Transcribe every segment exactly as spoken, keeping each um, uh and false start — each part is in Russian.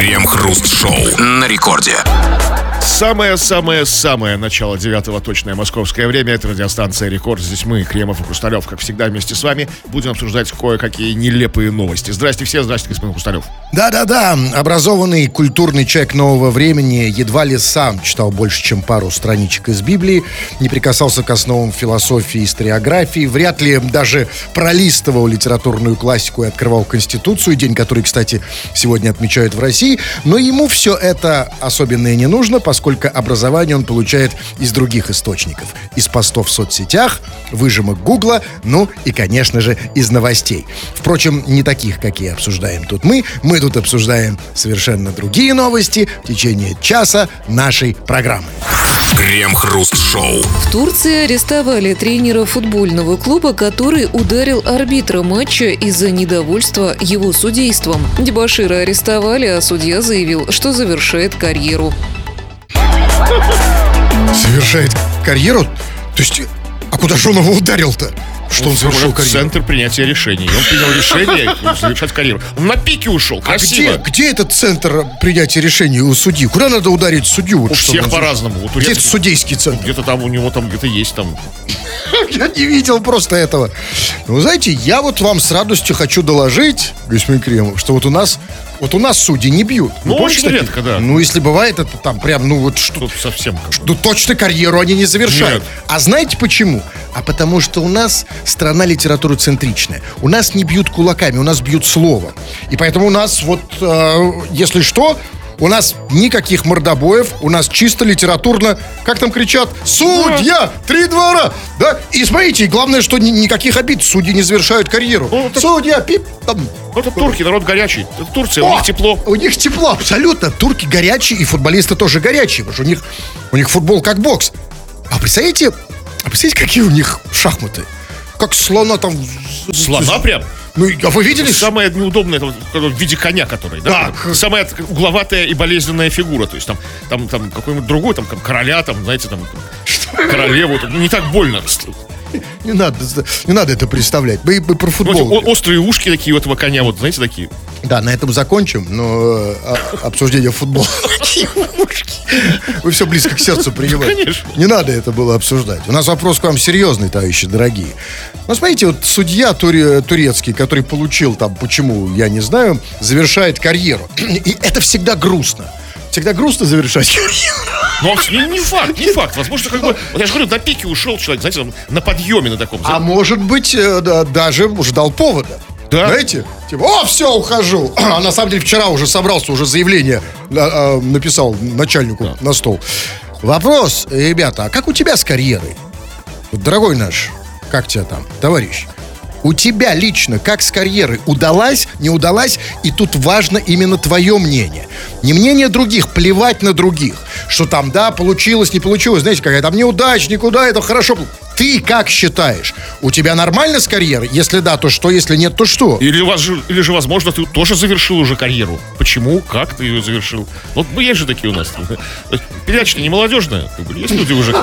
Крем-хруст-шоу на рекорде. Самое-самое-самое начало девятого, точное московское время. Это радиостанция «Рекорд». Здесь мы, Кремов и Хрусталев, как всегда, вместе с вами будем обсуждать кое-какие нелепые новости. Здрасте все, здрасте, господин Хрусталев. Да-да-да, образованный культурный человек нового времени едва ли сам читал больше, чем пару страничек из Библии, не прикасался к основам философии и историографии, вряд ли даже пролистывал литературную классику и открывал Конституцию, день, который, кстати, сегодня отмечают в России, но ему все это особенно и не нужно, поскольку образование он получает из других источников. Из постов в соцсетях, выжимок Гугла, ну и, конечно же, из новостей. Впрочем, не таких, какие обсуждаем тут мы. Мы тут обсуждаем совершенно другие новости в течение часа нашей программы. Крем-хруст-шоу. В Турции арестовали тренера футбольного клуба, который ударил арбитра матча из-за недовольства его судейством. Дебошира арестовали, а судья заявил, что завершает карьеру. Совершает карьеру? То есть, а куда же он его ударил-то? Что он совершил карьеру? Центр принятия решений. Он принял решение завершать карьеру. Он на пике ушел, красиво. А где, где этот центр принятия решений у судьи? Куда надо ударить судью? Вот у всех по-разному. У где судейский центр? Где-то там у него там где-то есть там. Я не видел просто этого. Вы знаете, я вот вам с радостью хочу доложить, господин Кремов, что вот у нас Вот у нас судьи не бьют. Ну, очень такие? Редко, да. Ну, если бывает, это там прям, ну вот что... Тут совсем... Ну, точно карьеру они не завершают. Нет. А знаете почему? А потому что у нас страна литературоцентричная. У нас не бьют кулаками, у нас бьют словом. И поэтому у нас вот, э, если что... У нас никаких мордобоев, у нас чисто литературно, как там кричат, судья, три двора, да? И смотрите, главное, что ни, никаких обид, судьи не завершают карьеру. Ну, это... Судья, пип, там. Это турки, народ горячий. Это Турция, О, у них тепло. У них тепло, абсолютно. Турки горячие, и футболисты тоже горячие, потому что у них, у них футбол как бокс. А представляете, а представляете, какие у них шахматы? Как слона там... Слона прям? Ну, а вы видели? Самое неудобное, это в виде коня, который, да? да. Самая угловатая и болезненная фигура. То есть там, там, там какой-нибудь другой, там, короля, там, знаете, там, королеву. Там, не так больно. Не надо, не надо это представлять. Мы, мы про футбол. Ну, острые ушки такие у этого коня, вот, знаете, такие. Да, на этом закончим, но а, обсуждение футбола. Какие ушки? Вы все близко к сердцу принимаете. Конечно. Не надо это было обсуждать. У нас вопрос к вам серьезный, товарищи дорогие. Ну, смотрите, вот судья туре, турецкий, который получил там, почему, я не знаю, завершает карьеру. И это всегда грустно. Всегда грустно завершать карьеру. Ну, не, не факт, не факт. Возможно, как бы, вот я же говорю, на пике ушел человек, знаете, там, на подъеме на таком. А может быть, да, даже ждал повода. Да? Знаете? Типа, о, все, ухожу. А на самом деле вчера уже собрался, уже заявление а, а, написал начальнику да. на стол. Вопрос, ребята, а как у тебя с карьерой? Вот, дорогой наш, как тебя там, товарищ? У тебя лично, как с карьерой, удалась, не удалась? И тут важно именно твое мнение. Не мнение других, плевать на других. Что там, да, получилось, не получилось. Знаете, какая там неудача, никуда, это хорошо. Ты как считаешь? У тебя нормально с карьерой? Если да, то что? Если нет, то что? Или, вас же, или же, возможно, ты тоже завершил уже карьеру. Почему? Как ты ее завершил? Вот ну, есть же такие у нас. Передача-то не молодежная. Есть люди уже...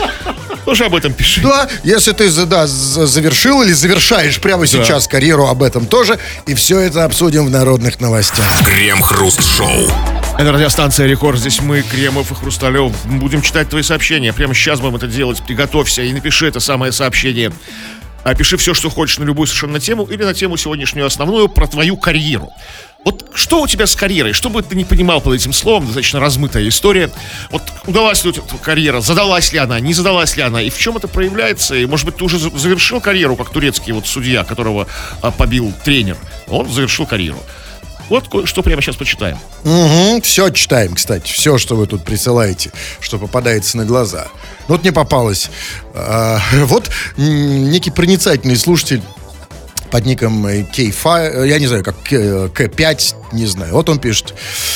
Тоже об этом пиши. Да, если ты да, завершил или завершаешь прямо да. сейчас карьеру, об этом тоже. И все это обсудим в народных новостях. Крем-хруст-шоу. Это радиостанция «Рекорд». Здесь мы, Кремов и Хрусталев. Будем читать твои сообщения. Прямо сейчас будем это делать. Приготовься и напиши это самое сообщение. Опиши все, что хочешь на любую совершенно тему или на тему сегодняшнюю основную про твою карьеру. Вот что у тебя с карьерой? Что бы ты не понимал под этим словом, достаточно размытая история. Вот удалась ли у тебя карьера, задалась ли она, не задалась ли она, и в чем это проявляется? И, может быть, ты уже завершил карьеру, как турецкий вот судья, которого а, побил тренер. Он завершил карьеру. Вот что прямо сейчас почитаем. Угу, все читаем, кстати. Все, что вы тут присылаете, что попадается на глаза. Вот мне попалось. А, вот некий проницательный слушатель под ником кей пять, я не знаю, как кей пять, не знаю. Вот он пишет.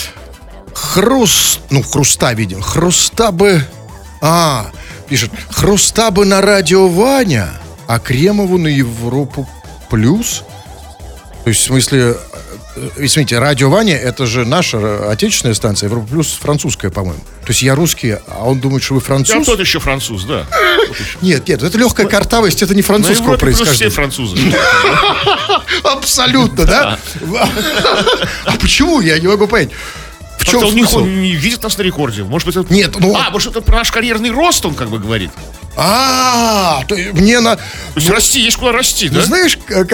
Хруст, ну, хруста видим. Хруста бы... А, пишет. Хруста бы на радио Ваня, а Кремову на Европу Плюс. То есть, в смысле... Извините, радио Ваня, это же наша отечественная станция, Европа Плюс французская, по-моему. То есть я русский, а он думает, что вы француз? Я тот еще француз, да. Нет, нет, это легкая картавость, это не французского происхождения. Все французы. Абсолютно, да? А почему? Я не могу понять. В чем Как-то он не, смысл? он не видит нас на рекорде. Может быть, это... Нет, ну... А, может, это про наш карьерный рост он как бы говорит. А, то есть мне на... То есть расти, есть куда расти, Ну, да? знаешь, как...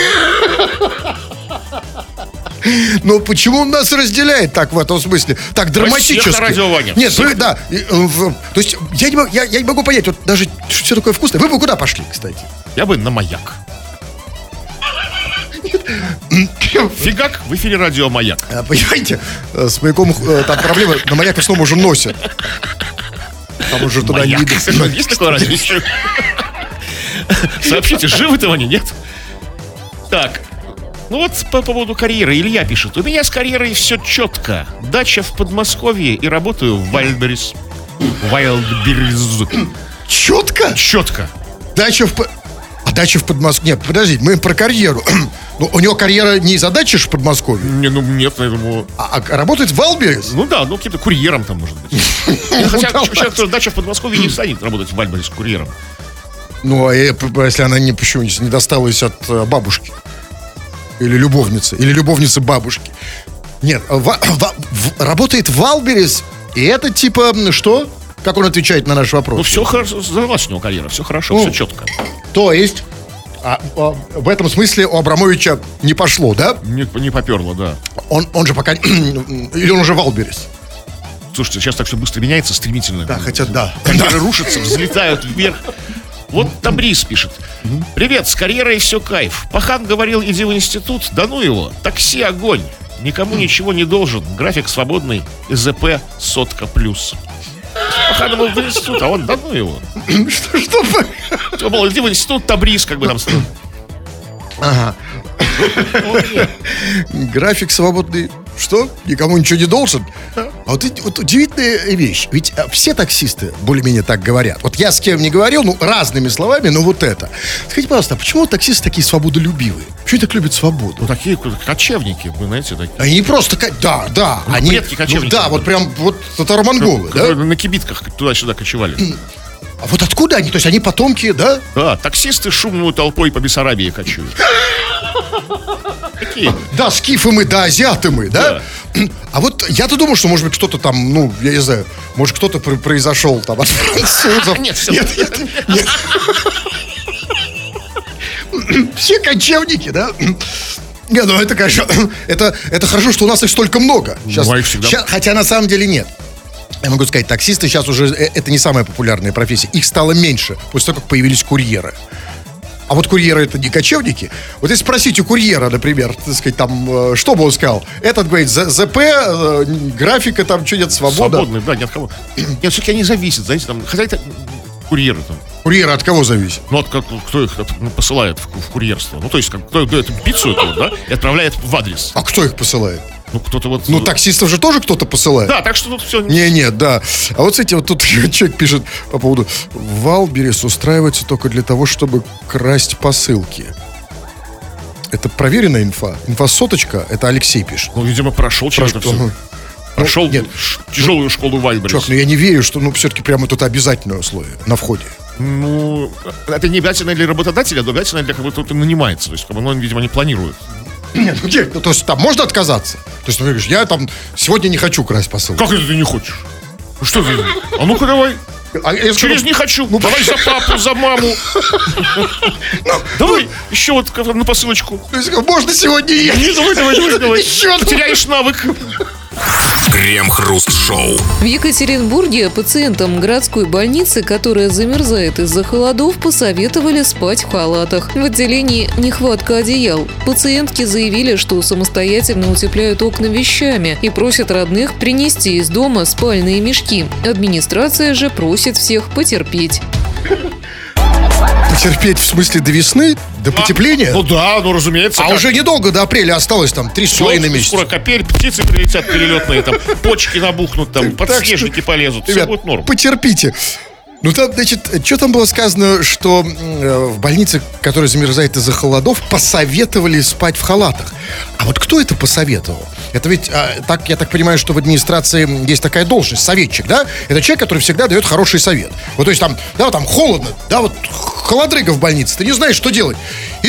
Ну, почему он нас разделяет так в этом смысле? Так драматически. Всех на радио, Ваня, Нет, всех. вы, да. и, э, в- То есть, я не, могу- я, я не могу понять, вот даже все такое вкусное. Вы бы куда пошли, кстати? Я бы на маяк. Фигак, в эфире радио «Маяк». А, Понимаете, э, с маяком э, там проблема, на маяк в основном уже носят. Там уже туда не Маяк. видно. Есть такое радио еще? Сообщите, живы-то они, нет? Так, ну вот по поводу карьеры Илья пишет. У меня с карьерой все четко. Дача в Подмосковье и работаю в Вайлдберрис. Вайлдберрис. Четко? Четко. Дача в... П- А дача в Подмосковье... Нет, подождите, мы про карьеру. Ну, у него карьера не из-за дачи ж в Подмосковье, Не, ну нет, я думаю... а, а работает в Вайлдберрис. Ну да, ну каким-то курьером там может быть. Хотя Ну, человек, который дача в Подмосковье, не станет работать в Вайлдберрис курьером. Ну, а э, п- если она не, почему, если не досталась от э, бабушки? Или любовницы? Или любовницы бабушки? Нет, ва- ва- в- работает в Вайлдберрис, и это типа, м, что? Как он отвечает на наш вопрос? Ну все хорошо, задалась у него карьера, все хорошо, Ну. все четко. То есть, а, а, в этом смысле у Абрамовича не пошло, да? Не, не поперло, да. Он, он же пока... Или он уже в Вайлдберрис? Слушайте, сейчас так все быстро меняется, стремительно. Да, хотя да. Карьеры рушатся, взлетают вверх. Вот Табрис пишет. Привет, с карьерой все кайф. Пахан говорил, иди в институт, да ну его. Такси огонь. Никому ничего не должен. График свободный. ИЗП сотка плюс. Пахан был в институт, а он, да ну его. Что, что? вы? Все, мол, иди в институт, Табрис, как бы там стоит. Ага. Ну, нет. График свободный. Что? Никому ничего не должен? А вот, эти- вот удивительная вещь. Ведь а, все таксисты более-менее так говорят. Вот я с кем не говорил, ну, разными словами, но вот это. Скажите, пожалуйста, а почему таксисты такие свободолюбивые? Почему они так любят свободу? Ну, такие кочевники, вы знаете, такие. Они не просто... ко- Да, да. Они, предки ну, кочевники. да, вот прям вот татаро-монголы, да? Которые на кибитках туда-сюда кочевали. А вот откуда они? То есть они потомки, да? Да, таксисты шумную толпой по Бессарабии кочуют. Какие? Да, скифы мы, да, азиаты мы, да? А вот я-то думал, что, может быть, кто-то там, ну, я не знаю, может, кто-то пр- произошел там от французов. Нет, всё. нет, нет, нет. Все кочевники, да? Не, ну это, конечно, это, это хорошо, что у нас их столько много. Сейчас, Ну, а их всегда- ща- хотя на самом деле нет. Я могу сказать, таксисты сейчас уже, э, это не самая популярная профессия. Их стало меньше после того, как появились курьеры. А вот курьеры это не кочевники. Вот если спросить у курьера, например, так сказать, там, э, что бы он сказал? Этот говорит, З- ЗП, э, графика, там, что нет, свобода. Свободный, да, ни от кого. Нет, все-таки они зависят, знаете, там, хотя это курьеры там. Курьеры от кого зависит? Ну, от как, кто их ну, посылает в, в курьерство. Ну, то есть, как, кто дает им пиццу эту, да, и отправляет в адрес. А кто их посылает? Ну, кто-то вот... Ну, таксистов же тоже кто-то посылает. Да, так что тут все... Не, нет, да. А вот, кстати, вот тут человек пишет по поводу Вайлдберрис устраивается только для того, чтобы красть посылки. Это проверенная инфа? Инфа соточка, это Алексей пишет. Ну, видимо, прошел через это Про- все. Ага. Прошел Ну, нет. ш- тяжелую школу Вайлдберрис. Чувак, ну я не верю, что, ну, все-таки прямо тут обязательное условие на входе. Ну, это не обязательно для работодателя, но обязательно для кого-то, кто нанимается. То есть, как бы, ну, он, видимо, не планирует. Нет, ну, где? Ну, то есть там можно отказаться? То есть, ну, говоришь, я там сегодня не хочу красть посылку. Как это ты не хочешь? Ну, что ты? А ну-ка давай. А я скажу, Через не хочу. Ну, Давай за папу, за маму. Давай еще вот как на посылочку. то есть, можно сегодня ехать? Не, давай, давай, давай, давай. Еще Потеряешь навык. Крем-хруст-шоу. В Екатеринбурге пациентам городской больницы, которая замерзает из-за холодов, посоветовали спать в халатах. В отделении нехватка одеял. Пациентки заявили, что самостоятельно утепляют окна вещами и просят родных принести из дома спальные мешки. Администрация же просит всех потерпеть. Потерпеть в смысле до весны, до потепления? Ну да, ну разумеется. А как? уже недолго до апреля осталось, там, три с Всё, половиной месяца. скоро капель, птицы прилетят перелетные, там, почки набухнут, там, Так подснежники что, полезут. Все Ребят, будет норм. потерпите. Ну, там, значит, что там было сказано, что э, в больнице, которая замерзает из-за холодов, посоветовали спать в халатах. А вот кто это посоветовал? Это ведь, а, так, я так понимаю, что в администрации есть такая должность, советчик, да? Это человек, который всегда дает хороший совет. Вот, то есть там, да, вот там холодно, да, вот холодрыга в больнице, ты не знаешь, что делать. И тут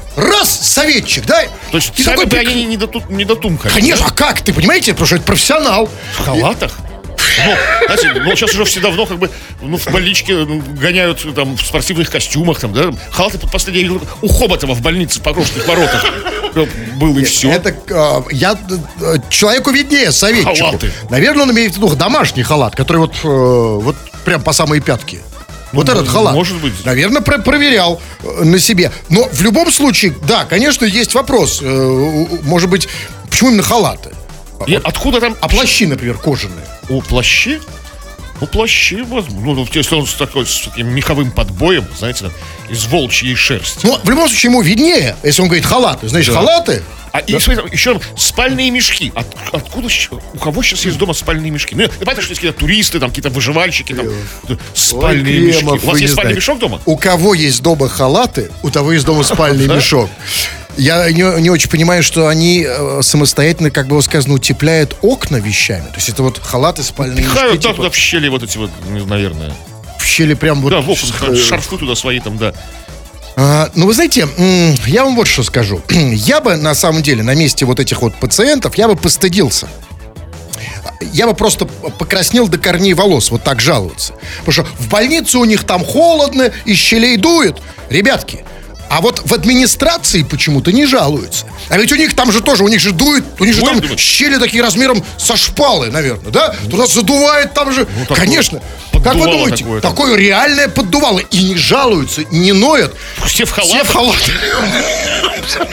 Раз, советчик, да? То есть И сами такой бы прик- они не, доту- не дотумкали. Конечно, а как? Ты понимаете, потому что это профессионал. В халатах? Ну, знаете, ну, сейчас уже все давно как бы ну, в больничке ну, гоняют там в спортивных костюмах, там, да? Халаты под последнее я видел у Хоботова в больнице в Покровских воротах был и все. Это э, я э, человеку виднее, советчику. Халаты. Наверное, он имеет в виду домашний халат, который вот, э, вот прям по самые пятки. Вот Ну, этот халат. может быть. Наверное, про- проверял э, на себе. Но в любом случае, да, конечно, есть вопрос. Э, у- может быть, почему именно халаты? И откуда там... А плащи, например, кожаные. О, плащи? Ну, плащи, возможно. Ну, если он с, такой, с таким меховым подбоем, знаете, там, из волчьей шерсти. Ну, в любом случае, ему виднее, если он говорит халаты. Значит, Да. халаты. А и, смотрите, еще спальные мешки. От- откуда, щ- у кого сейчас есть дома спальные мешки? Ну, я понятно, что есть какие-то туристы, там, какие-то выживальщики, там, спальные Ой, мешки. Кремов, У вас вы есть не спальный знаете. мешок дома? У кого есть дома халаты, у того есть дома спальный мешок. Я не, не очень понимаю, что они э, самостоятельно, как было сказано, утепляют окна вещами. То есть это вот халаты, спальные Пихают, мешки, да, типа, туда в щели вот эти вот, ну, наверное. в щели прям вот... Да, в окна, э, шарфы туда свои там, да. А, ну, вы знаете, м, я вам вот что скажу. Я бы, на самом деле, на месте вот этих вот пациентов, я бы постыдился. Я бы просто покраснел до корней волос, вот так жаловаться. Потому что в больнице у них там холодно, из щелей дует. Ребятки, а вот в администрации почему-то не жалуются. А ведь у них там же тоже, у них же дует, у них же Дует, там думаешь? щели такие размером со шпалы, наверное, да? Туда задувает там же, такое конечно. Как вы поддувало думаете, такое там. такое реальное поддувало. И не жалуются, не ноют. Все в Все в халатах. халатах.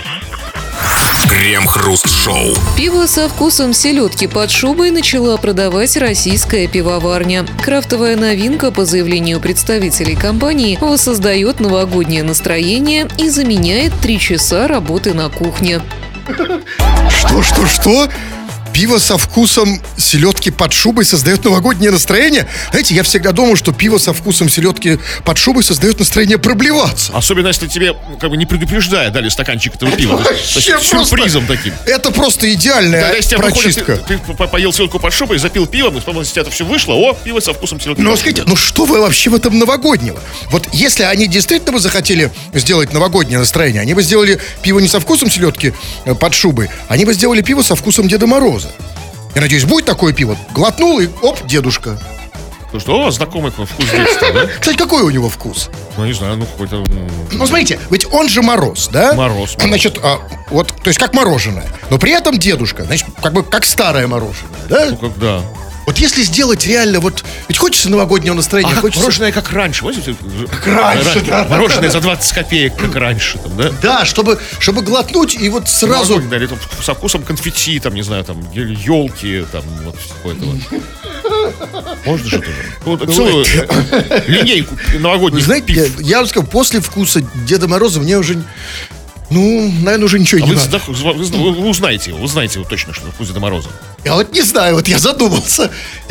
Крем-хруст-шоу. Пиво со вкусом селедки под шубой начала продавать российская пивоварня. Крафтовая новинка, по заявлению представителей компании, воссоздает новогоднее настроение и заменяет три часа работы на кухне. Что, что, что? Пиво со вкусом селедки под шубой создает новогоднее настроение? Знаете, я всегда думал, что пиво со вкусом селедки под шубой создает настроение проблеваться. Особенно, если тебе, как бы не предупреждая, дали стаканчик этого пива. То есть, Вообще с сюрпризом таким. Это просто идеальная Когда из тебя выходит, прочистка. ты, ты по- поел селедку под шубой, запил пивом, и потом из тебя это все вышло, о, пиво со вкусом селедки. Но под шубой. скажите, ну что вы вообще в этом новогоднего? Вот если они действительно бы захотели сделать новогоднее настроение, они бы сделали пиво не со вкусом селедки э, под шубой, они бы сделали пиво со вкусом Деда Мороза. Я надеюсь, будет такое пиво? Глотнул и оп, дедушка. Ну что, у вас знакомый вкус детства, да? Кстати, какой у него вкус? Ну, не знаю, ну какой-то... м, Ну, смотрите, ведь он же Мороз, да? Мороз, Мороз. Значит, а, вот, то есть как мороженое. Но при этом дедушка, значит, как бы как старое мороженое, да? Ну, как, да. Вот если сделать реально вот... Ведь хочется новогоднего настроения, А как хочется... мороженое, как раньше, помните? Как раньше, да, да, Мороженое за двадцать копеек, как раньше, там, да? Да, чтобы, чтобы глотнуть и вот сразу... Новогодное, или там со вкусом конфетти, там, не знаю, там, елки, там, вот какое-то вот. Можно же тоже? Ну, вот целую э, линейку Вы новогодних знаете, пив. я, я вам скажу, после вкуса Деда Мороза мне уже... Ну, наверное, уже ничего А не вы, надо. зна- вы, зна- вы узнаете его, вы знаете его точно, что вкус Деда Мороза. Я вот не знаю, вот я задумался.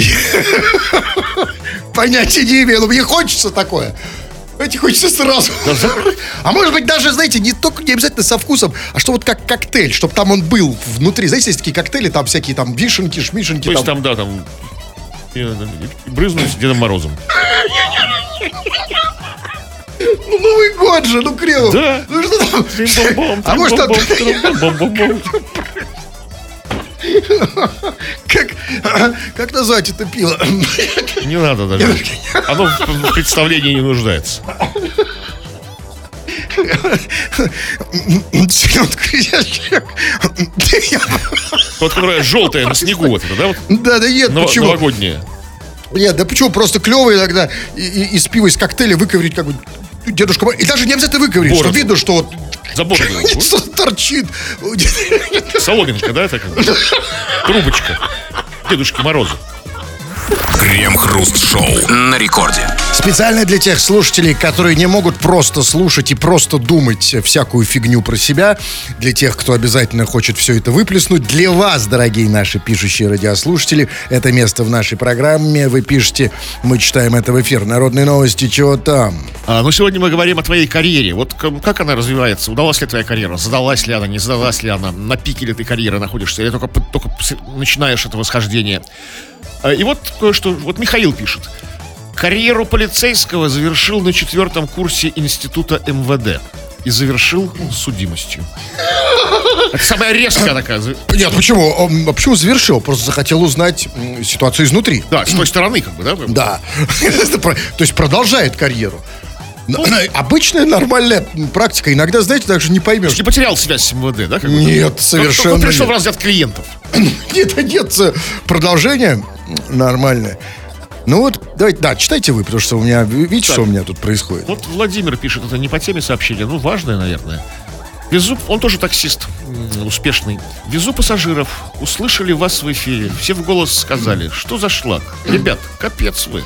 Понятия не имею, но мне хочется такое. Знаете, хочется сразу. А может быть, даже, знаете, не только не обязательно со вкусом, а что вот как коктейль, чтобы там он был внутри. Знаете, есть такие коктейли, там всякие там вишенки, шмишенки. То есть там. там, да, там и, и брызнуть Дедом Морозом. Ну, Новый год же, ну, Кремов. Да. Ну, что там? Трим-бом-бом, А может, там... трим-бом-бом, трим-бом-бом-бом. Как, как назвать это пиво? Не надо даже. Оно в в представлении не нуждается. Вот которая желтая на снегу, вот это, да? Вот Да, да нет, нов- почему? новогодняя. Нет, да почему? Просто клево иногда и- и- из пива, из коктейля выковырить как бы Дедушка Мороз. И даже не обязательно выковырить, Бороду. что видно, что вот За бороду. что торчит. Соломинка, да, так? Трубочка. Дедушки Мороза. Крем-хруст-шоу на рекорде. Специально для тех слушателей, которые не могут просто слушать и просто думать всякую фигню про себя, для тех, кто обязательно хочет все это выплеснуть, для вас, дорогие наши пишущие радиослушатели, это место в нашей программе. Вы пишете, мы читаем это в эфир. Народные новости, чего там? А, ну, сегодня мы говорим о твоей карьере. Вот к- как она развивается? Удалась ли твоя карьера? Задалась ли она? Не задалась ли она? На пике ли ты карьеры находишься? Или только, только с- начинаешь это восхождение? А, И вот кое-что. Вот Михаил пишет. Карьеру полицейского завершил на четвертом курсе института эм вэ дэ. и завершил судимостью. Это самая резкая такая. Нет, почему? Он, а почему завершил? Просто захотел узнать м, ситуацию изнутри. Да, с той стороны, как бы, да? Да. То есть продолжает карьеру. Ну, Обычная нормальная практика. Иногда, знаете, даже не поймешь. Не потерял связь с МВД, да? Как бы? Нет, совершенно Он пришел нет. в разряд клиентов. Нет, нет, продолжение нормальное. Ну вот, давайте, да, читайте вы, потому что у меня, видите, Так. что у меня тут происходит? Вот Владимир пишет, это не по теме сообщения, ну, важное, наверное. Везу, он тоже таксист, м, успешный. Везу пассажиров, услышали вас в эфире, все в голос сказали, что за шлак? Ребят, капец вы.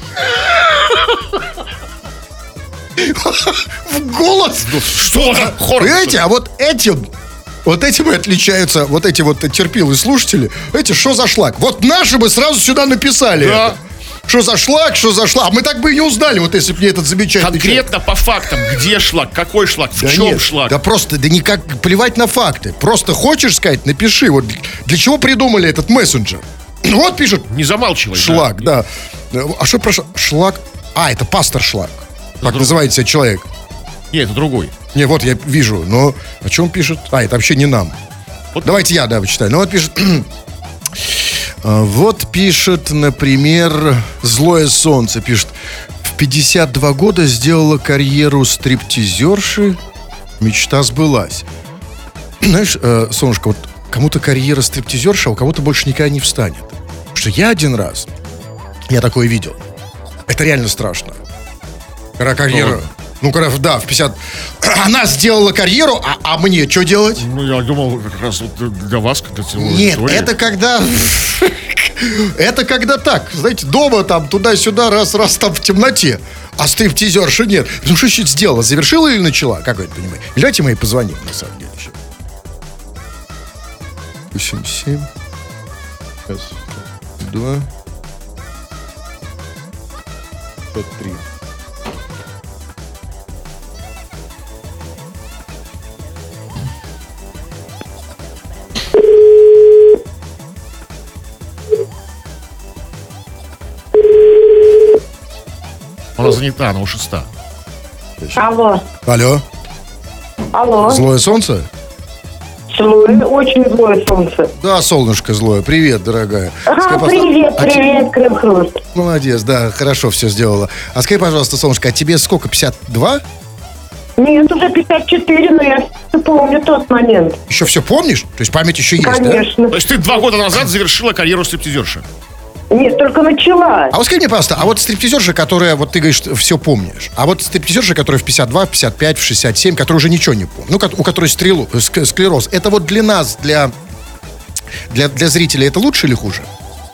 В голос! Что за хор? Понимаете, а вот этим, вот этим и отличаются вот эти вот терпилы слушатели. Эти, что за шлак? Вот наши бы сразу сюда написали Да. это. Что за шлак, что за шлак. А мы так бы и не узнали, вот если бы не этот замечательный человек. Конкретно по фактам, где шлак, какой шлак, в Да чем нет, шлак. Да просто, да никак, плевать на факты. Просто хочешь сказать, напиши. Вот для чего придумали этот мессенджер? Вот пишут Не замалчивай. шлак, да. А что про ш- шлак? А, это пастор шлак. Так друг- называет себя человек. Нет, это другой. Не, вот я вижу, но о чем пишет? А, это вообще не нам. Вот. Давайте я, да, почитаю. Ну вот пишет... А, Вот пишет, например, Злое солнце. Пишет, в пятьдесят два года сделала карьеру стриптизерши. Мечта сбылась. Знаешь, э, солнышко, вот кому-то карьера стриптизерша, а у кого-то больше никогда не встанет. Потому что я один раз, я такое видел. Это реально страшно. Когда карьера... Ну, когда, да, в пятьдесят... Она сделала карьеру, а, а мне что делать? Ну, я думал, как раз вот для вас, как для Нет, это когда... Это когда так, знаете, дома там туда-сюда, раз-раз там в темноте. А стриптизерши нет. Ну, что еще сделала? Завершила или начала? Как вы это понимаете? Или давайте мы ей позвоним, на самом деле. еще. восемь семь. Раз, два. пятьдесят три. Она занята, она ушиста. Алло, Алло, алло. злое солнце? Злое, очень злое солнце. Да, солнышко злое. Привет, дорогая. Ага, Скажи, пожалуйста, привет, а те- привет, Крем-Хруст. Молодец, да, хорошо все сделала. А скажи, пожалуйста, солнышко, а тебе сколько, пятьдесят два? Нет, уже пятьдесят четыре, но я помню тот момент. Еще все помнишь? То есть память еще есть, да? Конечно. То есть ты два года назад завершила карьеру стриптизерши. Нет, только начала. А вот скажи мне, пожалуйста, а вот стриптизерша, которая, вот ты говоришь, все помнишь, а вот стриптизерша, которая в пятьдесят два, в пятьдесят пять, в шестьдесят семь, которая уже ничего не помнит, ну, ко- у которой стрелу, э, ск- склероз, это вот для нас, для, для, для зрителей это лучше или хуже?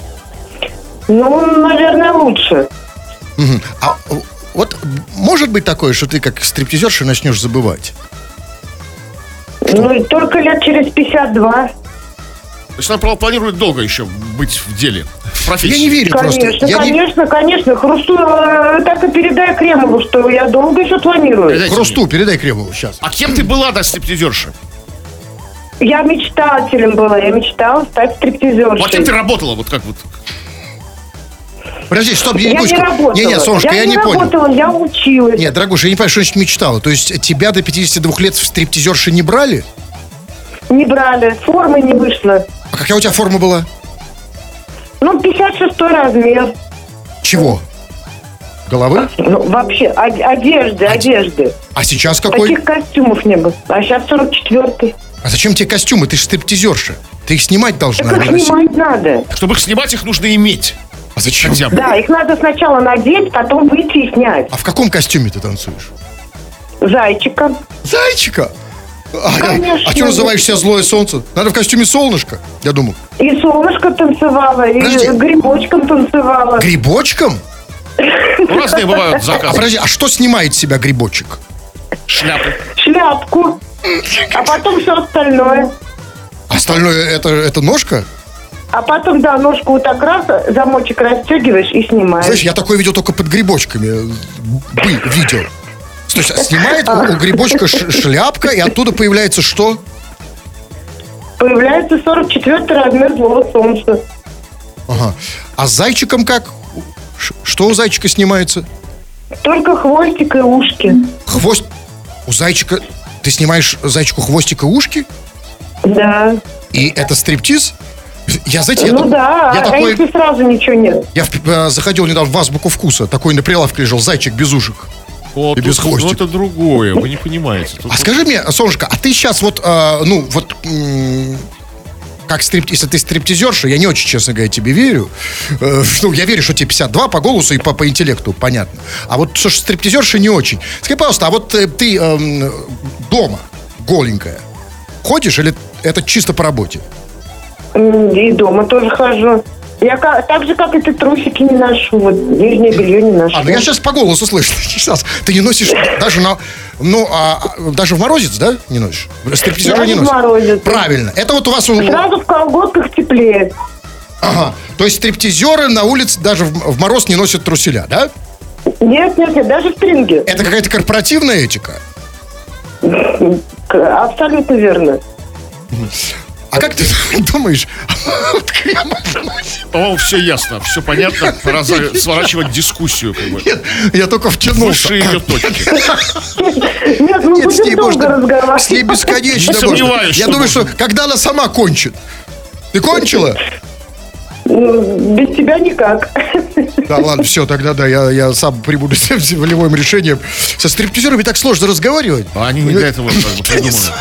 Ну, наверное, лучше. Мгм. А э, вот может быть такое, что ты как стриптизерша начнешь забывать? Ну, и только лет через пятьдесят два. То есть она пла- планирует долго еще быть в деле, в профессии. Я не верю просто. Конечно, Я не- конечно, конечно. Хрусту э, так и передай Кремову, что я долго еще планирую. Передайте Хрусту, мне. передай Кремову сейчас. А кем ты была до стриптизерши? Я мечтателем была, я мечтала стать стриптизершей. Вот кем ты работала? Вот как вот. Подожди, стоп, Я не Яночка. работала. Не-не, солнышко, я, я не понял. работала, я училась. Нет, дорогуша, я не понимаю, что значит мечтала. То есть тебя до пятидесяти двух лет в стриптизерши не брали? Не брали, формы не вышло. А какая у тебя форма была? Ну, пятьдесят шестой размер. Чего? Головы? Ну, вообще, од- одежды, одежды. А сейчас какой? Таких костюмов не было. А сейчас сорок четвертый. А зачем тебе костюмы? Ты же стриптизерша. Ты их снимать должна. Так их а не носить. снимать надо. Чтобы их снимать, их нужно иметь. А зачем? Хотя бы. Да, их надо сначала надеть, потом выйти и снять. А в каком костюме ты танцуешь? Зайчика. Зайчика? А, Конечно. а что называешь себя злое солнце? Надо в костюме солнышко, я думаю. И солнышко танцевала, и Подожди. грибочком танцевала. Грибочком? Ну, разные бывают А заказы. подожди, а что снимает с себя грибочек? Шляпы. Шляпку. А потом все остальное. Остальное это, это ножка? А потом, да, ножку вот так раз, замочек расстегиваешь и снимаешь. Знаешь, я такое видел только под грибочками. Бы, видел. То есть снимает у, у грибочка ш- шляпка, и оттуда появляется что? Появляется сорок четвертый размер злого солнца. Ага. А с зайчиком как? Ш- что у зайчика снимается? Только хвостик и ушки. Хвост. У зайчика Ты снимаешь зайчику хвостик и ушки? Да. И это стриптиз? Я, знаете, я, Ну да, я а такой... если сразу ничего нет? Я в- э, заходил недавно в азбуку вкуса. Такой на прилавке лежал зайчик без ушек. Вот, И без тут- ну, хвостика. это другое, вы не понимаете. Тут- А скажи мне, Солнышко, а ты сейчас вот, э, ну, вот, м, как стрип, если ты стриптизерша, я не очень, честно говоря, тебе верю. Э, ну, я верю, что тебе пятьдесят два по голосу и по, по интеллекту, понятно. А вот что ж стриптизерша не очень. Скажи, пожалуйста, а вот э, ты эм, дома голенькая ходишь или это чисто по работе? М, И дома тоже хожу. Я ка- так же, как и ты, трусики не ношу, вот нижнее белье не ношу. А, ну я сейчас по голосу слышу. Сейчас ты не носишь даже на... Ну, а, а, даже в морозец, да, не носишь? Стриптизеры Даже не в носят. морозец. Правильно. Это вот у вас... у- Сразу в колготках теплее. Ага. То есть стриптизеры на улице даже в, в мороз не носят труселя, да? Нет, нет, нет, даже в стринге. Это какая-то корпоративная этика? К- Абсолютно верно. А как ты думаешь? По-моему, все ясно, все понятно. Пора за- сворачивать дискуссию. Как бы. Нет, я только втянулся. Выше ее точки. Нет, мы Нет, с ней будем долго можно, разговаривать. с ней бесконечно Не можно. сомневаюсь, Я что думаю, можно. что когда она сама кончит. Ты кончила? М, Без тебя никак. Да, ладно, все, тогда да, я, я сам прибуду с этим волевым решением. Со стриптизерами так сложно разговаривать. А они не для этого как бы придуманы.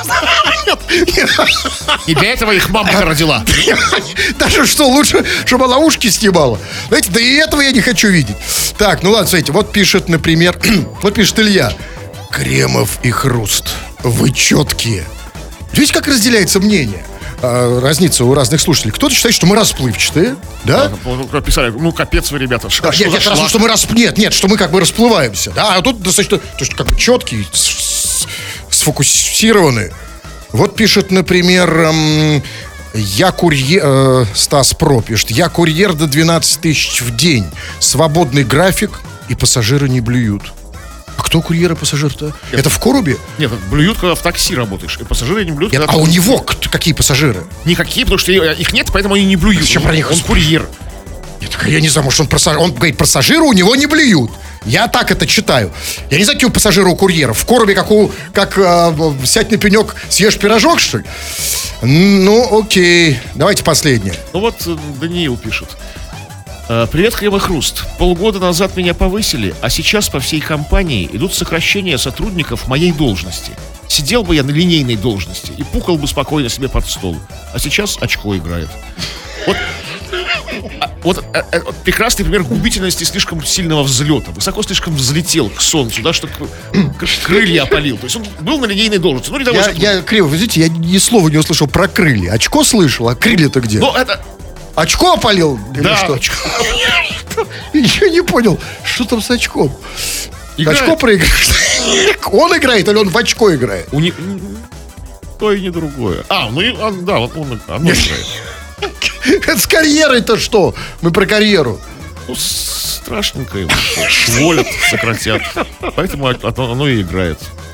И для этого их мамка родила. Даже что, лучше, чтобы она ушки снимала. Знаете, да и этого я не хочу видеть. Так, ну ладно, смотрите, вот пишет, например, вот пишет Илья. Кремов и Хруст, вы четкие. Видите, как разделяется мнение? А, разница у разных слушателей. Кто-то считает, что мы расплывчатые, да? Ну, Писали, ну капец вы, ребята. Что Да, что нет, за нет, раз, шлак? что мы расп... нет, нет, что мы как бы расплываемся, да, а тут достаточно, то есть как бы четкий, с- с- сфокусированный. Вот пишет, например, эм, я курьер, э, Стас Про пишет, я курьер до двенадцать тысяч в день, свободный график и пассажиры не блюют. А кто курьер и пассажир-то? Это в коробе? Нет, блюют, когда в такси работаешь. И пассажиры не блюют, Нет, когда а ты- у него кто- какие пассажиры? Никакие, потому что их нет, поэтому они не блюют. Зачем Он- про них Он курьер. Нет, так я не знаю, может он пассажир, он говорит, пассажиры у него не блюют. Я так это читаю. Я не знаю, какие у пассажира у курьеров. В коробе, как у, как э, сядь на пенек, съешь пирожок, что ли? Ну, окей. Давайте последнее. Ну вот э, Даниил пишет. Э, Привет, Хлеб и Хруст. Полгода назад меня повысили, а сейчас по всей компании идут сокращения сотрудников моей должности. Сидел бы я на линейной должности и пукал бы спокойно себе под стол. А сейчас очко играет. Вот, а, вот э, э, вот прекрасный пример губительности слишком сильного взлета. Высоко слишком взлетел к солнцу, да, что к- к- крылья опалил. То есть он был на линейной должности. Ну, не того, Я, что- я криво, вы видите, я ни слова не услышал про крылья. Очко слышал, а крылья-то где? Ну, это... Очко опалил? Или Да. что? Еще не понял, что там с очком. Играет. Очко проиграет. Он играет или он в очко играет? У не... То и не другое. А, ну и, а, да, вот он, оно играет. Это с карьерой-то что? Мы про карьеру. Ну, страшненько его. Уволят, сократят. Поэтому оно, оно и играет.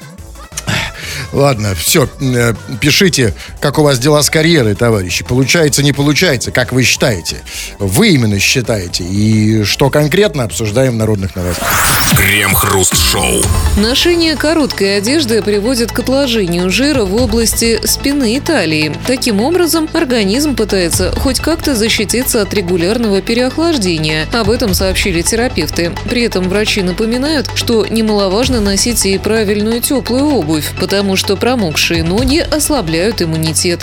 Ладно, все, э, пишите, как у вас дела с карьерой, товарищи. Получается, не получается, как вы считаете? Вы именно считаете. И что конкретно обсуждаем в народных новостях. Крем-хруст-шоу. Ношение короткой одежды приводит к отложению жира в области спины и талии. Таким образом, организм пытается хоть как-то защититься от регулярного переохлаждения. Об этом сообщили терапевты. При этом врачи напоминают, что немаловажно носить и правильную теплую обувь, потому что промокшие ноги ослабляют иммунитет.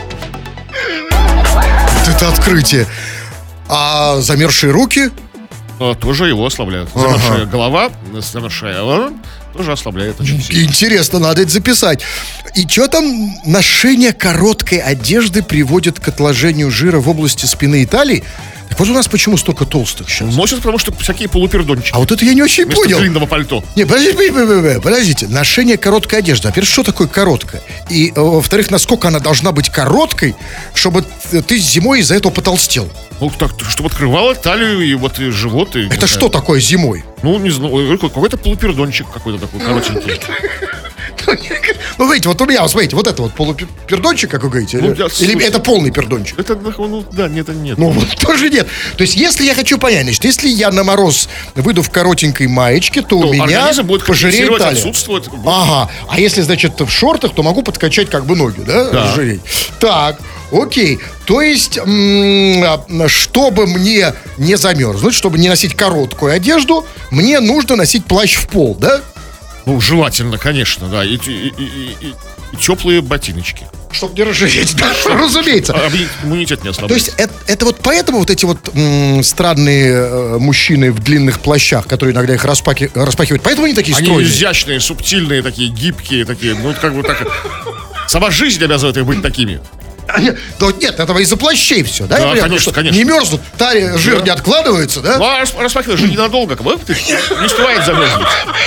Вот это открытие. А замерзшие руки? А, тоже его ослабляют. Замерзшая голова, замерзшая голова тоже ослабляет очень сильно. Интересно, надо это записать. И что там ношение короткой одежды приводит к отложению жира в области спины и талии? Так вот у нас почему столько толстых сейчас? Носят, потому что всякие полупердончики. А вот это я не очень Вместо понял. длинного пальто. Не, подождите, подождите, подождите. Ношение короткой одежды. Во-первых, что такое короткая? И, э, во-вторых, насколько она должна быть короткой, чтобы т- ты зимой из-за этого потолстел? Ну, так, чтобы открывало талию и вот и живот. И, не Это знаю. что такое зимой? Ну, не знаю, какой-то полупердончик какой-то такой коротенький. Ну, видите, вот у меня, вот смотрите, вот это вот полупердончик, как вы говорите, Ну, или, я- или слушай. это полный пердончик? Это, ну, да, нет, это нет. Ну, вот тоже нет. То есть, если я хочу понять, значит, если я на мороз выйду в коротенькой маечке, то, То у меня организм будет пожиреет компенсировать талия. отсутствует. Ага. А если, значит, в шортах, то могу подкачать как бы ноги, да? Да. Разжиреть. Так, окей. То есть, м, а, чтобы мне не замерзнуть, чтобы не носить короткую одежду, мне нужно носить плащ в пол, да? Ну, желательно, конечно, да. И, и- и- и- и- и теплые ботиночки. Чтобы не разжиреть, да, разумеется. А иммунитет не То ослабляется. есть это, это вот поэтому вот эти вот м, странные э, мужчины в длинных плащах, которые иногда их распаки- распахивают, поэтому они такие Они стройные. изящные, субтильные такие, гибкие такие. Ну, как бы так... Сама жизнь обязывает их быть такими. Они- да вот нет, этого из-за плащей все, да? Да, Например, конечно, что конечно. Не мерзнут, таре, жир Да. не откладывается, да? Ну, а рас- распахиваешь же ненадолго, как бы, ты не успевает замерзнуть.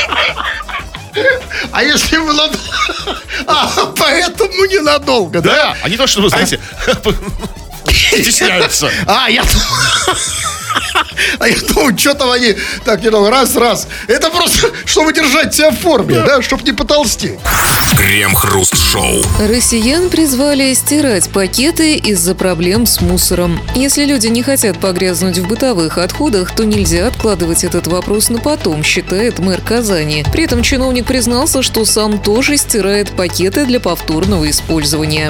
А если вы над... А, поэтому ненадолго, да? Да, а не то, что вы, знаете, стесняются. А, я... А я думаю, что там они... Так, я думаю, раз-раз. Это просто, чтобы держать себя в форме, да? Чтобы не потолстеть. Крем-хруст-шоу. Россиян призвали стирать пакеты из-за проблем с мусором. Если люди не хотят погрязнуть в бытовых отходах, то нельзя откладывать этот вопрос на потом, считает мэр Казани. При этом чиновник признался, что сам тоже стирает пакеты для повторного использования.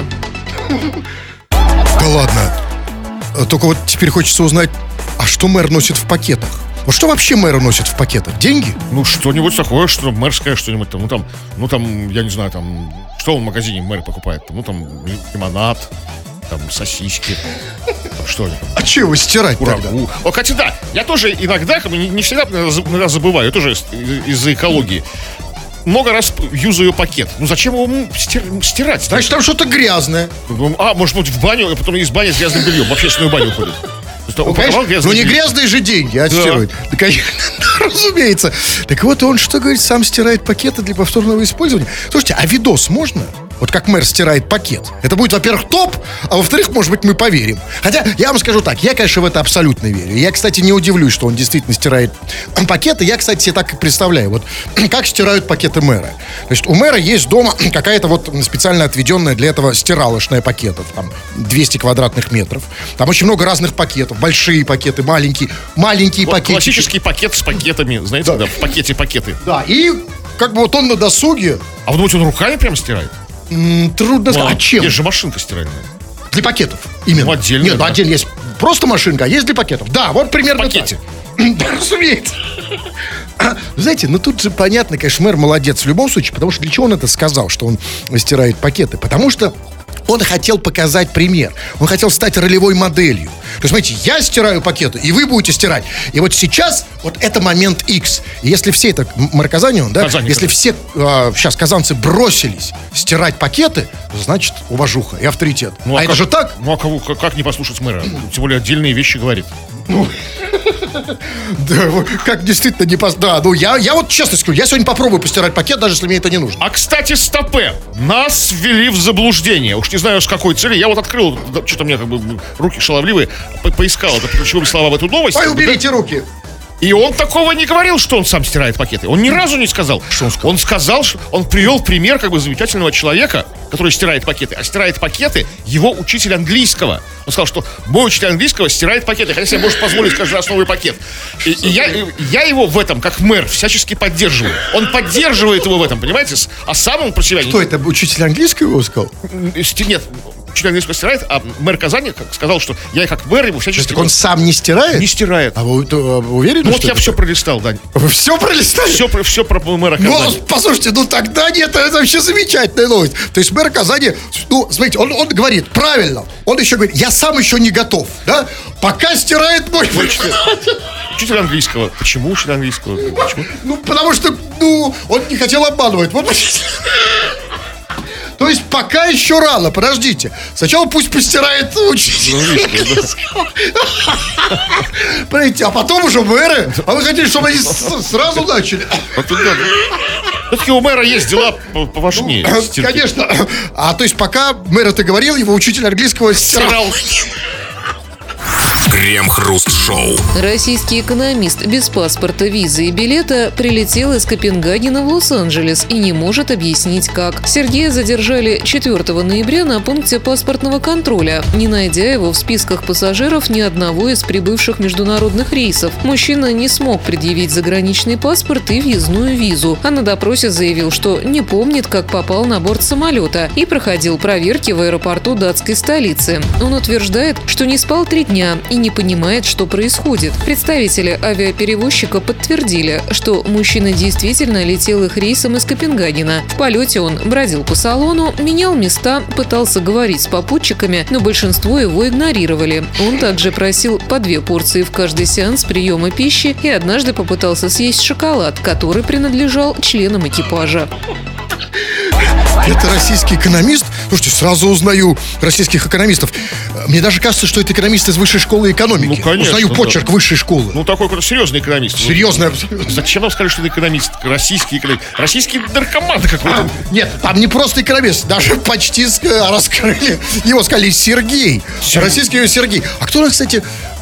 Да ладно. Только вот теперь хочется узнать, а что мэр носит в пакетах? Вот что вообще мэр носит в пакетах? Деньги? Ну, что-нибудь такое, что мэрское что-нибудь там. Ну, там, ну, там, я не знаю, там, что он в магазине мэр покупает? Ну, там, лимонад, там, сосиски, там, что ли, там, А что его стирать тогда? курагу. О, кстати, да, я тоже иногда, как бы, не, не всегда, наверное, за- иногда забываю, тоже из- из-за экологии. Много раз юзаю пакет. Ну, зачем его м, стир- стирать? Значит, там что-то гразное. Ну, А, может быть, в баню, а потом из бани с грязным бельем, в общественную баню ходит. То есть, Ну, упаковал конечно, грязное ну не белье. грязные же деньги, а стирают. Да, конечно, разумеется. Так вот, он что говорит, сам стирает пакеты для повторного использования. Слушайте, а видос можно? Вот как мэр стирает пакет. Это будет, во-первых, топ, а во-вторых, может быть, мы поверим. Хотя, я вам скажу так, я, конечно, в это абсолютно верю. Я, кстати, не удивлюсь, что он действительно стирает пакеты. Я, кстати, себе так и представляю. Вот как стирают пакеты мэра. То есть у мэра есть дома какая-то вот специально отведенная для этого стиралочная пакетов. Там двести квадратных метров. Там очень много разных пакетов. Большие пакеты, маленькие. Маленькие Вот пакетики. классический пакет с пакетами, знаете, Да. да, в пакете пакеты. Да, и как бы вот он на досуге, А вы думаете, он руками прям стирает? м, трудно сказать. А чем? Есть же машинка стиральная. Для пакетов. Именно. Ну, отдельно, Нет, ну, да. отдельно есть просто машинка, а есть для пакетов. Да, вот примерно В пакете. так. Да, разумеется. Знаете, ну тут же понятно, конечно, мэр молодец в любом случае, потому что для чего он это сказал, что он стирает пакеты? Потому что он хотел показать пример. Он хотел стать ролевой моделью. То есть, смотрите, я стираю пакеты, и вы будете стирать. И вот сейчас, вот это момент X. И если все это, мэр Казани, он, да? Казани, если Казани. все а, сейчас казанцы бросились стирать пакеты, значит, уважуха и авторитет. Ну, а это как- же так? Ну, а кого, как, как не послушать мэра? Тем более отдельные вещи говорит. Да, вот как действительно не пос... Да, ну я, я вот честно скажу, я сегодня попробую постирать пакет, даже если мне это не нужно. А, кстати, стопе. Нас ввели в заблуждение. Уж не знаю, с какой целью. Я вот открыл, да, что-то у меня как бы руки шаловливые, по- поискал это ключевые слова в эту новость. Ой, как бы, да. уберите руки. И он такого не говорил, что он сам стирает пакеты. Он ни разу не сказал. Что он сказал? Он сказал, что он привел в пример как бы замечательного человека, который стирает пакеты. А стирает пакеты его учитель английского. Он сказал, что мой учитель английского стирает пакеты, хотя себе может позволить каждый раз новый пакет. И, и я, и я его в этом, как мэр, всячески поддерживаю. Он поддерживает его в этом, понимаете? С- А сам он про себя не- Кто это, учитель английского его сказал? Сти- Нет, учитель английского стирает, а мэр Казани как сказал, что я как мэр его всячески Так он сам не стирает? не стирает. А вы, то, а вы уверены, Ну вот что я это все так? пролистал, Дань. Вы все пролистали? Все, про- все про мэра Ну, Казани. послушайте, ну тогда нет, это вообще замечательная новость. То есть мэр Казани, ну, смотрите, он, он говорит, правильно, он еще говорит, я сам еще не готов, да? Пока стирает мой... Учитель, учитель английского. Почему учитель английского? Почему? Ну, потому что, ну, он не хотел обманывать. Вот. То есть пока еще рано, подождите. Сначала пусть постирает учитель. Понимаете, а потом уже мэры. А вы хотели, чтобы они с- сразу начали? Вот тут, да. Все-таки у мэра есть дела по- поважнее. стирки. Конечно. А то есть пока мэр это говорил, его учитель английского стирал. Стирал. Крем-хруст-шоу. Российский экономист без паспорта, визы и билета прилетел из Копенгагена в Лос-Анджелес и не может объяснить, как. Сергея задержали четвёртого ноября на пункте паспортного контроля, не найдя его в списках пассажиров ни одного из прибывших международных рейсов. Мужчина не смог предъявить заграничный паспорт и въездную визу, а на допросе заявил, что не помнит, как попал на борт самолета и проходил проверки в аэропорту датской столицы. Он утверждает, что не спал три дня и не понимает, что происходит. Представители авиаперевозчика подтвердили, что мужчина действительно летел их рейсом из Копенгагена. В полете он бродил по салону, менял места, пытался говорить с попутчиками, но большинство его игнорировали. Он также просил по две порции в каждый сеанс приема пищи и однажды попытался съесть шоколад, который принадлежал членам экипажа. Это российский экономист? Слушайте, сразу узнаю российских экономистов. Мне даже кажется, что это экономист из высшей школы экономики. Ну, конечно, узнаю почерк да. высшей школы. Ну, такой какой-то серьезный экономист. Серьезный. Зачем нам сказали, что это экономист? Российский экономист. Российский наркоман какой-то. А, нет, там не просто экономист, даже почти раскрыли. Его сказали Сергей. Сергей. Российский Сергей. А кто у нас, кстати,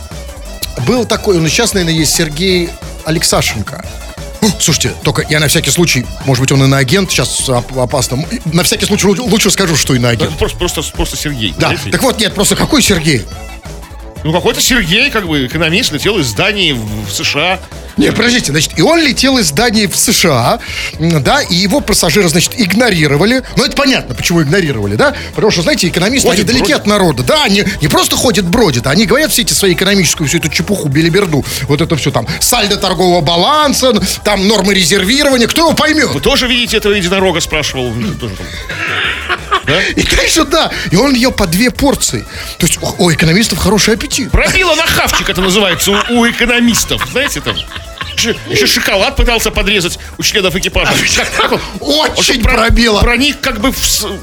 был такой, ну, сейчас, наверное, есть Сергей Алексашенко. Слушайте, только я на всякий случай, может быть, он иноагент, сейчас опасно. На всякий случай лучше скажу, что иноагент. Да, просто, просто, просто Сергей. Да, знаете? Так вот, нет, просто какой Сергей? Ну, какой-то Сергей, как бы, экономист, летел из Дании в США. Нет, подождите, значит, и он летел из Дании в США, да, и его пассажиры, значит, игнорировали. Ну, это понятно, почему игнорировали, да? Потому что, знаете, экономисты, ходит, они далеки бродит. От народа. Да, они не просто ходят, бродят, а они говорят все эти свои экономическую, всю эту чепуху, белиберду. Вот это все там, сальдо торгового баланса, там нормы резервирования, кто его поймет? Вы тоже видите этого единорога, спрашивал? Тоже там. Да? И конечно, да. И он ел по две порции. То есть у, у экономистов хороший аппетит. Пробило на хавчик, это называется у, у экономистов. Знаете, там еще шоколад пытался подрезать у членов экипажа. Как, как он, очень он пробило. Проник как бы в,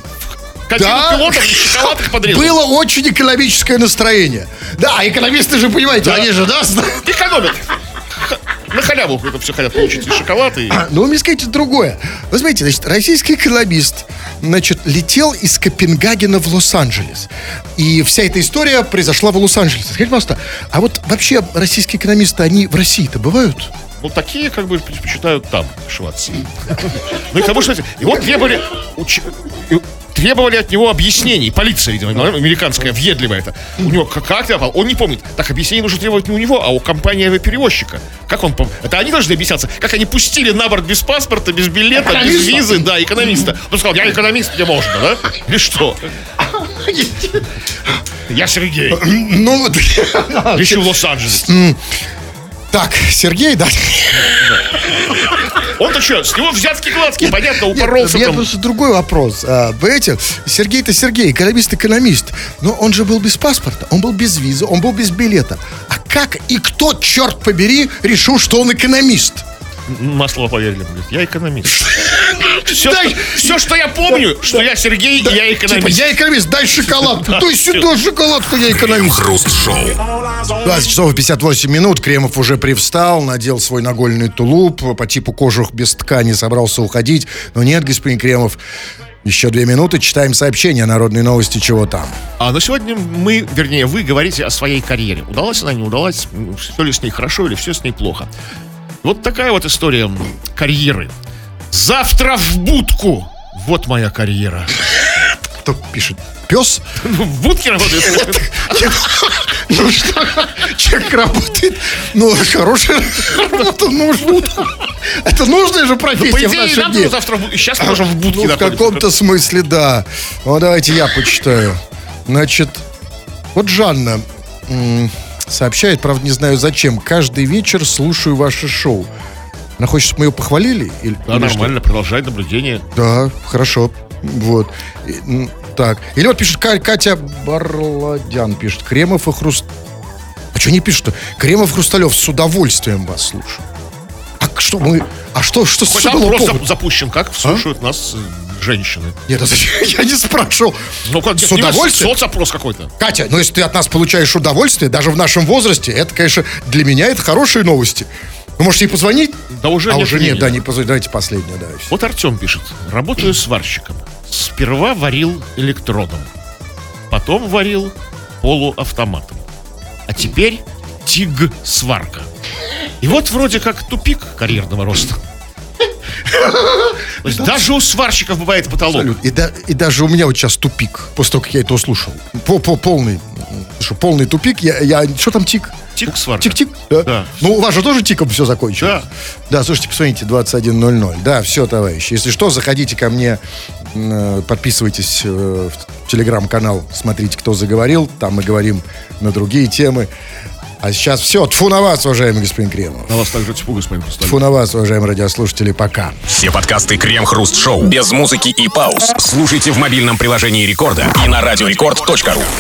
в кабину да. пилотов, и шоколад их подрезал. Было очень экономическое настроение. Да, а экономисты же, понимаете, да. они же, да? Экономят. На халяву это все хотят получить, и шоколад, и... А, ну, вы мне скажите другое. Вы знаете, значит, российский экономист, значит, летел из Копенгагена в Лос-Анджелес. И вся эта история произошла в Лос-Анджелесе. Скажите, пожалуйста, а вот вообще российские экономисты, они в России-то бывают? Ну, такие, как бы, предпочитают там, в Швеции. Ну, и к тому, что... И вот требовали... Требовали от него объяснений. Полиция, видимо, американская, въедливая это. У него как, как ты попал? Он не помнит. Так, объяснение нужно требовать не у него, а у компании авиаперевозчика. Как он помнит? Это они должны объясняться. Как они пустили на борт без паспорта, без билета, экономиста? Без визы, да, экономиста. Он сказал, я экономист, мне можно, да? Или что? Я Сергей. Ну, лечу в Лос-Анджелес. Так, Сергей, да? Он-то что, с него взятки гладкие, понятно, упоролся нет, там. Нет, просто другой вопрос. А, понимаете, Сергей-то Сергей, экономист-экономист. Но он же был без паспорта, он был без визы, он был без билета. А как и кто, черт побери, решил, что он экономист? Масло поверили, говорит, я экономист. Все, дай, что, все, что я помню, да, что да, я Сергей, да, и я экономист. Типа, я экономист, дай шоколад. То есть сюда шоколадку, я экономист. Крем-хруст-шоу. двадцать часов и пятьдесят восемь минут. Кремов уже привстал, надел свой нагольный тулуп. По типу кожух без ткани собрался уходить. Но нет, господин Кремов. Еще две минуты, читаем сообщения, народные новости, чего там. А, но сегодня мы, вернее, вы говорите о своей карьере. Удалась она, не удалась? Все ли с ней хорошо или все с ней плохо? Вот такая вот история карьеры. Завтра в будку. Вот моя карьера. Кто пишет? Пес? В будке работает. Ну что, человек работает. Ну, хорошая работа, ну, будка. Это нужная же профессия в наши дни. Завтра сейчас мы можем в будке находиться. В каком-то смысле, да. Ну, давайте я почитаю. Значит, вот Жанна сообщает, правда, не знаю зачем. Каждый вечер слушаю ваше шоу. Она хочет, чтобы мы ее похвалили? Или, да, или нормально, что? Продолжай наблюдение. Да, хорошо. Вот. И, так. Или вот пишет Катя Барладян, пишет. Кремов и Хруст... А что не пишут-то? Кремов, Хрусталев, с удовольствием вас слушаю. А что мы... А что, что, что там было просто повод? Запущен, как слушают а? нас женщины. Нет, я не спрашивал. Ну, как, с удовольствием? Соцопрос какой-то. Катя, ну если ты от нас получаешь удовольствие, даже в нашем возрасте, это, конечно, для меня это хорошие новости. Вы можете ей позвонить? Да уже а нет. уже нет, да, не позвонить. Давайте последнее, да. Вот Артем пишет. Работаю сварщиком. Сперва варил электродом. Потом варил полуавтоматом. а теперь тиг-сварка. И вот вроде как тупик карьерного роста. То есть даже у сварщиков бывает потолок. Абсолютно. И, да, и даже у меня вот сейчас тупик, после того, как я это услышал. По, по, полный, что, полный тупик. Я, я, что там тик? Тик-сварка. Тик-тик? Да. Да. Ну, у вас же тоже тиком все закончилось? Да. Да, слушайте, посмотрите, двадцать один ноль ноль. Да, все, товарищи. Если что, заходите ко мне, э, подписывайтесь э, в телеграм-канал, смотрите, кто заговорил. Там мы говорим на другие темы. А сейчас все. Тьфу на вас, уважаемый господин Кремов. На вас также тьфу, господин Хрусталев. Тьфу на вас, уважаемые радиослушатели. Пока. Все подкасты Крем-Хруст Шоу без музыки и пауз слушайте в мобильном приложении Рекорда и на радиорекорд точка ру.